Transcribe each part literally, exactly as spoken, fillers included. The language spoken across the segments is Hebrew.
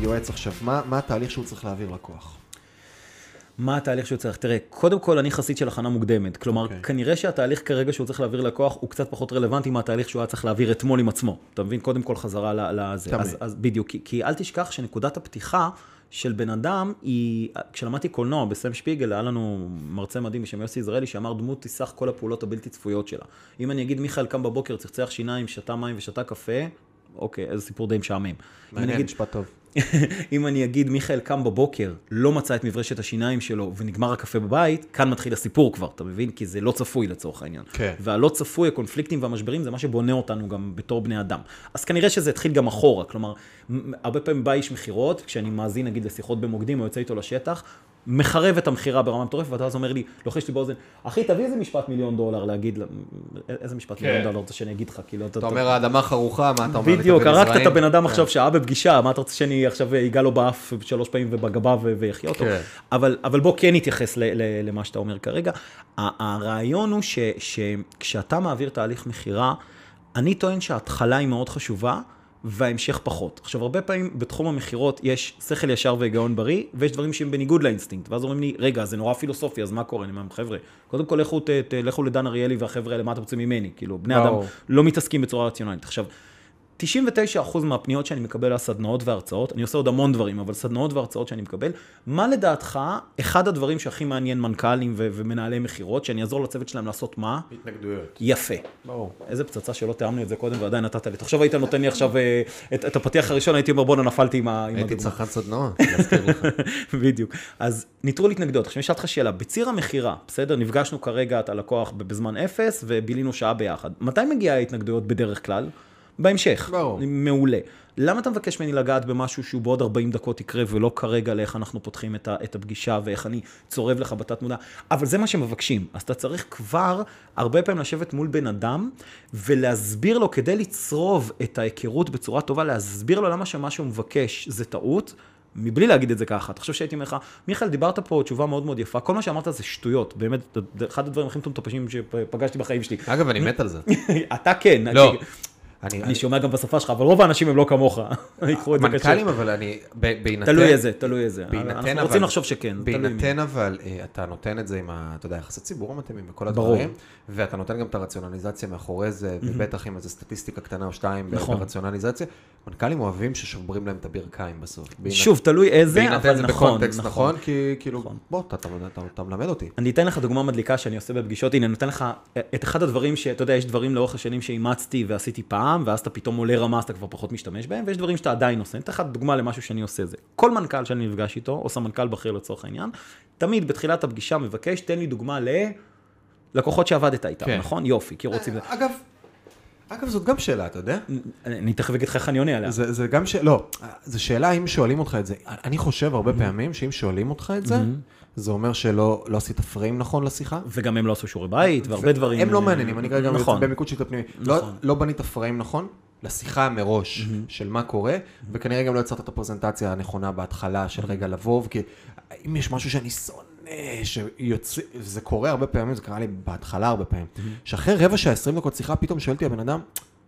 יועץ עכשיו, מה, מה התהליך שהוא צריך להעביר לקוח? מה התהליך שהוא צריך? תראה, קודם כל אני חסיד של הכנה מוקדמת, כלומר, okay. כנראה שהתהליך כרגע שהוא צריך להעביר לקוח, הוא קצת פחות רלוונטי מהתהליך שהוא היה צריך להעביר אתמול עם עצמו. אתה מבין? קודם כל חזרה לזה. אז, אז בדיוק, כי, כי אל תשכח שנקודת הפתיחה של בן אדם היא, כשלמדתי קולנוע בסם שפיגל, היה לנו מרצה מדהים בשם יוסי יזרעאלי, שאמר דמות תיסח כל הפעולות הבלתי צפויות שלה. אם אני אגיד מיכאל קם בבוקר, צחצח שיניים, שתה מים ושתה קפה, אוקיי, איזה סיפור די משעמם. מעניין, משפט טוב. אם אני אגיד מיכאל קם בבוקר, לא מצא את מברשת השיניים שלו ונגמר הקפה בבית, כאן מתחיל הסיפור כבר, אתה מבין? כי זה לא צפוי לצורך העניין. כן. והלא צפוי, הקונפליקטים והמשברים, זה מה שבונה אותנו גם בתור בני אדם. אז כנראה שזה התחיל גם אחורה, כלומר, הרבה פעמים בא איש מחירות, כשאני מאזין נגיד לשיחות במוקדים או יוצא איתו לשטח, מחרב את המחירה ברמה מטורפת, ואתה אז אומר לי, לוחש לי באוזן, אחי, תביא איזה משפט מיליון דולר להגיד, איזה משפט מיליון דולר רוצה שאני אגיד לך, כאילו, אתה אומר, האדמה חרוכה, מה אתה אומר? בדיוק, הרגת את הבן אדם עכשיו שעה בפגישה, מה אתה רוצה שאני עכשיו אגע לו באף שלוש פעמים ובגבה ויחיה אותו? אבל בוא כן נתייחס למה שאתה אומר כרגע. הרעיון הוא שכשאתה מעביר תהליך מחירה, אני טוען שההתחלה היא מאוד חשובה, וההמשך פחות. עכשיו, הרבה פעמים בתחום המחירות יש שכל ישר והיגיון בריא, ויש דברים שהם בניגוד לאינסטינקט. ואז אומרים לי, רגע, זה נורא פילוסופי, אז מה קורה? אני אומר, חבר'ה, קודם כל לכו, ת, ת, לכו לדן אריאלי והחבר'ה האלה, מה אתם רוצים ממני? כאילו, בני אדם לא מתעסקים בצורה רציונלית. עכשיו, תשעים ותשעה אחוז מהפניות שאני מקבל על סדנאות והרצאות, אני עושה עוד המון דברים, אבל סדנאות והרצאות שאני מקבל, מה לדעתך אחד הדברים שהכי מעניין מנכ"לים ו- ומנהלי מחירות, שאני אעזור לצוות שלהם לעשות מה? התנגדויות. יפה. ברור. איזה פצצה שלא תיאמנו את זה קודם ועדיין נתת לי. תחשוב, היית נותן לי עכשיו את, את הפתיח הראשון, הייתי אומר, בוא נפלתי עם הדוגמה. הייתי צרכן סדנאות, להזכיר לך. בדיוק. אז ניטרול התנגדויות. עכשיו, נשאלת לך שאלה, בציר המחירה, בסדר? נפגשנו כרגע את הלקוח בזמן אפס ובילינו שעה ביחד. מתי מגיעה ההתנגדויות בדרך כלל? בהמשך, ברור. מעולה. למה אתה מבקש ממני לגעת במשהו שהוא בעוד ארבעים דקות יקרה, ולא כרגע לאיך אנחנו פותחים את, ה, את הפגישה, ואיך אני צורב לך בתת מודע? אבל זה מה שמבקשים. אז אתה צריך כבר הרבה פעמים לשבת מול בן אדם, ולהסביר לו, כדי לצרוב את ההיכרות בצורה טובה, להסביר לו למה שמה שהוא מבקש זה טעות, מבלי להגיד את זה ככה. אתה חושב שהייתי אומר לך, מיכאל, דיברת פה תשובה מאוד מאוד יפה, כל מה שאמרת זה שטויות, באמת, אחד הדברים הכי מטופשים שפגשתי בחיים שלי. אגב, אני מת על זה. אתה כן. לא. אני, אני שומע גם בשפה שלך, אבל רוב האנשים הם לא כמוך. מנכ"לים, אבל אני, בהינתן... תלוי איזה, תלוי איזה. אנחנו רוצים לחשוב שכן. בהינתן, אבל אתה נותן את זה עם, אתה יודע, יחסי ציבור המתאימים וכל הדברים, ואתה נותן גם את הרציונליזציה מאחורי זה, ובטח עם איזו סטטיסטיקה קטנה או שתיים ברציונליזציה, מנכ"לים אוהבים ששוברים להם את הברכיים בסוף. שוב, תלוי איזה, אבל נכון. בהינתן זה בקונטקסט, נכון? כי כאילו, בוא, אתה מלמד אותי. אני אתן לך דוגמה מדליקה שאני עושה בפגישות. הנה, אני נותן לך את אחד הדברים שאתה יודע, יש דברים לאורך השנים שאימצתי ועשיתי פעם, ואז אתה פתאום עולה רמה, אז אתה כבר פחות משתמש בהם, ויש דברים שאתה עדיין עושה. אני אתן לך דוגמה למשהו שאני עושה זה. כל מנכ"ל שאני נפגש איתו, או סמנכ"ל בכיר לצורך העניין, תמיד בתחילת הפגישה מבקש, תן לי דוגמה ללקוחות שעבדת איתם, נכון? יופי, כי רוצים... אגב, אגב, זאת גם שאלה, אתה יודע? אני תכף אגיד לך איך אני עונה עליה. זה גם שאלה, לא, זו שאלה אם שואלים אותך את זה. אני חושב הרבה פעמים שאם שואלים אותך את זה, זה אומר שלא עשית פריים נכון לשיחה. וגם הם לא עשו שיעורי בית, והרבה דברים... הם לא מעניינים, אני כרגע במיקוד שיטה פנימית. לא בנית פריים נכון לשיחה מראש של מה קורה, וכנראה גם לא יצרת את הפרזנטציה הנכונה בהתחלה של רגע לבוא, כי אם יש משהו שאני שונא, שיוצא, זה קורה הרבה פעמים, זה קרה לי בהתחלה הרבה פעמים, שאחרי רבע שעה, עשרים דקות שיחה, פתאום שואלתי הבן אדם,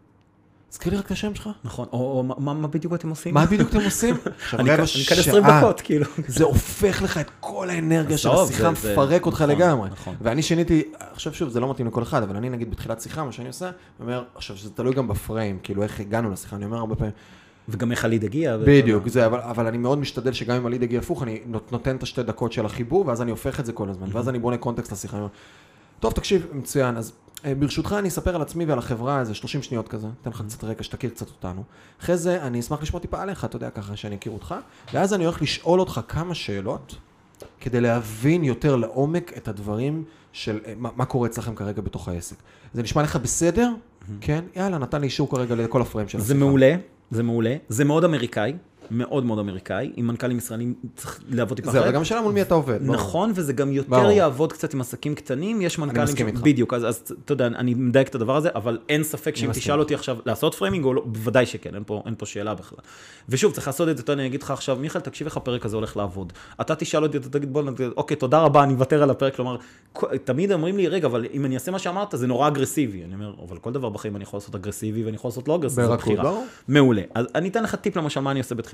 זכיר לי רק את השם שלך? נכון, או מה בדיוק אתם עושים? מה בדיוק אתם עושים? אני כאן עשרים דקות, כאילו. זה הופך לך את כל האנרגיה של השיחה, מפרק אותך לגמרי. ואני שיניתי, עכשיו שוב, זה לא מתאים לכל אחד, אבל אני נגיד בתחילת שיחה, מה שאני עושה, אומר, עכשיו שזה תלוי גם בפריים, כאילו איך הגענו לשיחה, אני אומר הרבה פעמים, וגם איך הליד הגיע. בדיוק, זה, אבל, אבל אני מאוד משתדל שגם אם הליד הגיע הפוך, אני נותן את השתי דקות של החיבור, ואז אני הופך את זה כל הזמן, ואז אני בונה קונטקסט לשיחה. טוב, תקשיב, מצוין, אז ברשותך אני אספר על עצמי ועל החברה, איזה שלושים שניות כזה, אתן לך קצת רקע, שתכיר קצת אותנו. אחרי זה אני אשמח לשמוע טיפה עליך, אתה יודע, ככה שאני אכיר אותך, ואז אני הולך לשאול אותך כמה שאלות, כדי להבין יותר לעומק את הדברים של מה, מה קורה אצלכם כרגע בתוך העסק. זה נשמע לך בסדר? כן? יאללה, נתן לי אישור כרגע לכל הפריים של השיחה. זה מעולה, זה מעולה, זה מאוד אמריקאי. מאוד מאוד אמריקאי, עם מנכ"לים ישראלים צריך לעבוד טיפה אחרת. זה, אבל גם שאלה מול מי אתה עובד. נכון, וזה גם יותר יעבוד קצת עם עסקים קטנים, יש מנכ"לים בדיוק, אז אתה יודע, אני מדייק את הדבר הזה, אבל אין ספק שאם תשאל אותי עכשיו לעשות פריימינג, או לא, בוודאי שכן, אין פה, אין פה שאלה בכלל. ושוב, צריך לעשות את זה, אני אגיד לך עכשיו, מיכאל, תקשיב איך הפרק הזה הולך לעבוד. אתה תשאל אותי, אתה תגיד, בוא, אוקיי, תודה רבה, אני מוותר על הפרק, כלומר, תמיד אומרים לי, רגע, אבל אם אני אעשה מה שאמרת, זה נורא אגרסיבי. אני אומר, אבל כל דבר בחיים אני יכול לעשות אגרסיבי, ואני יכול לעשות לא אגרסיבי, זו בחירה. מעולה. אז אני אתן לך טיפ למשל מה אני עושה בתחילת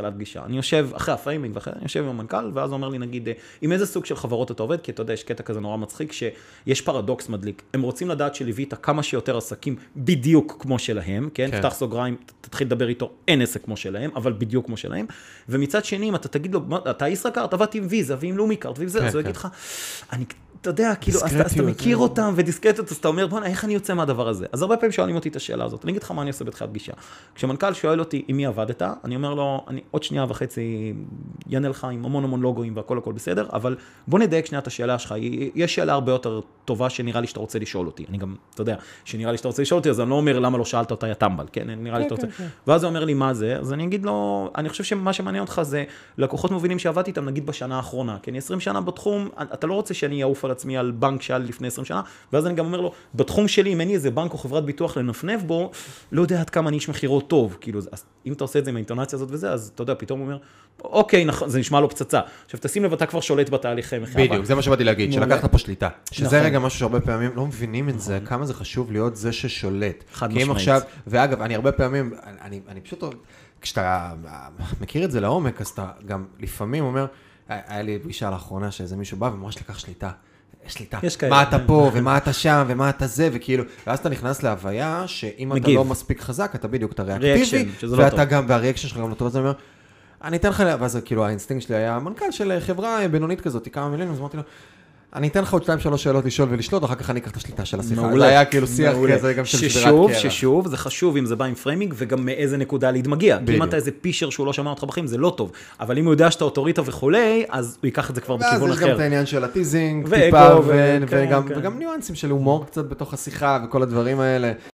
בתחילת פגישה. אני יושב אחרי הפריימינג, ואחרי, אני יושב עם המנכ"ל, ואז הוא אומר לי, נגיד, עם איזה סוג של חברות אתה עובד, כי אתה יודע, יש קטע כזה נורא מצחיק, שיש פרדוקס מדליק. הם רוצים לדעת שליווית כמה שיותר עסקים בדיוק כמו שלהם, כן? כן. פתח סוגריים, תתחיל לדבר איתו, אין עסק כמו שלהם, אבל בדיוק כמו שלהם. ומצד שני, אם אתה תגיד לו, אתה ישראכרט, עבדתי עם ויזה, ועם לומיקארט, ועם זה, אז הוא יגיד לך, אני אתה יודע, כאילו, אז אתה מכיר אותם ודיסקרטיות, אז אתה אומר, בוא'נה, איך אני יוצא מהדבר הזה? אז הרבה פעמים שואלים אותי את השאלה הזאת. אני אגיד לך מה אני עושה בתחילת פגישה. כשמנכ"ל שואל אותי עם מי עבדת, אני אומר לו, אני עוד שנייה וחצי יענה לך עם המון המון לוגוים והכל הכל בסדר, אבל בוא נדייק שנייה את השאלה שלך. יש שאלה הרבה יותר טובה שנראה לי שאתה רוצה לשאול אותי. אני גם, אתה יודע, שנראה לי שאתה רוצה לשאול אותי, אז אני לא אומר למה לא שאלת אותה, יא טמבל, כן? נראה לי שאתה רוצה. ואז הוא אומר לי, מה זה? אז אני אגיד לו, אני חושב שמה שמעניין אותך זה לקוחות מובילים שעבדתי איתם, נגיד בשנה האחרונה, כי אני עשרים שנה בתחום, אתה לא רוצה שאני אעוף על עצמי על בנק שעל לפני עשרים שנה, ואז אני גם אומר לו, בתחום שלי, אם אין לי איזה בנק או חברת ביטוח לנפנף בו, לא יודע עד כמה אני איש מחירות טוב, כאילו, אז אם אתה עושה את זה עם האינטונציה הזאת וזה, אז אתה יודע, פתאום הוא אומר, אוקיי, זה נשמע לו פצצה. עכשיו, תשים לב, אתה כבר שולט בתהליך מחאה. בדיוק, זה מה שבאתי להגיד, שלקחת פה שליטה. שזה רגע משהו שהרבה פעמים לא מבינים את זה, כמה זה חשוב להיות זה ששולט. חד משמעית. עכשיו, ואגב, אני הרבה פעמים, אני, אני פשוט, כשאתה מכיר את זה לעומק, אז אתה גם לפעמים אומר, היה לי פגישה לאחרונה שאיזה מישהו בא וממש לקח שליטה. שליטה. מה אתה פה, ומה אתה שם, ומה אתה זה, וכאילו, ואז אתה נכנס להוויה, שאם אתה לא מספיק חזק, אתה בדיוק, אתה ריאקטיבי, ואתה גם, והריאקשן שלך גם לא טוב, אז אני אומר, אני אתן לך, ואז כאילו האינסטינקט שלי היה מנכ"ל של חברה בינונית כזאת, כמה מילים, אז אמרתי לו, אני אתן לך עוד שתיים שלוש שאלות לשאול ולשלוט, אחר כך אני אקח את השליטה של השיחה. זה היה כאילו שיח כזה גם של שבירת קרע. ששוב, זה חשוב אם זה בא עם פריימינג, וגם מאיזה נקודה להתמגיע. כי אם אתה איזה פישר שהוא לא שמע אותך בחיים, זה לא טוב. אבל אם הוא יודע שאתה אוטוריטה וכולי, אז הוא ייקח את זה כבר בכיוון אחר. ואז יש גם את העניין של הטיזינג, טיפה, וגם ניואנסים של הומור קצת בתוך השיחה, וכל הדברים האלה.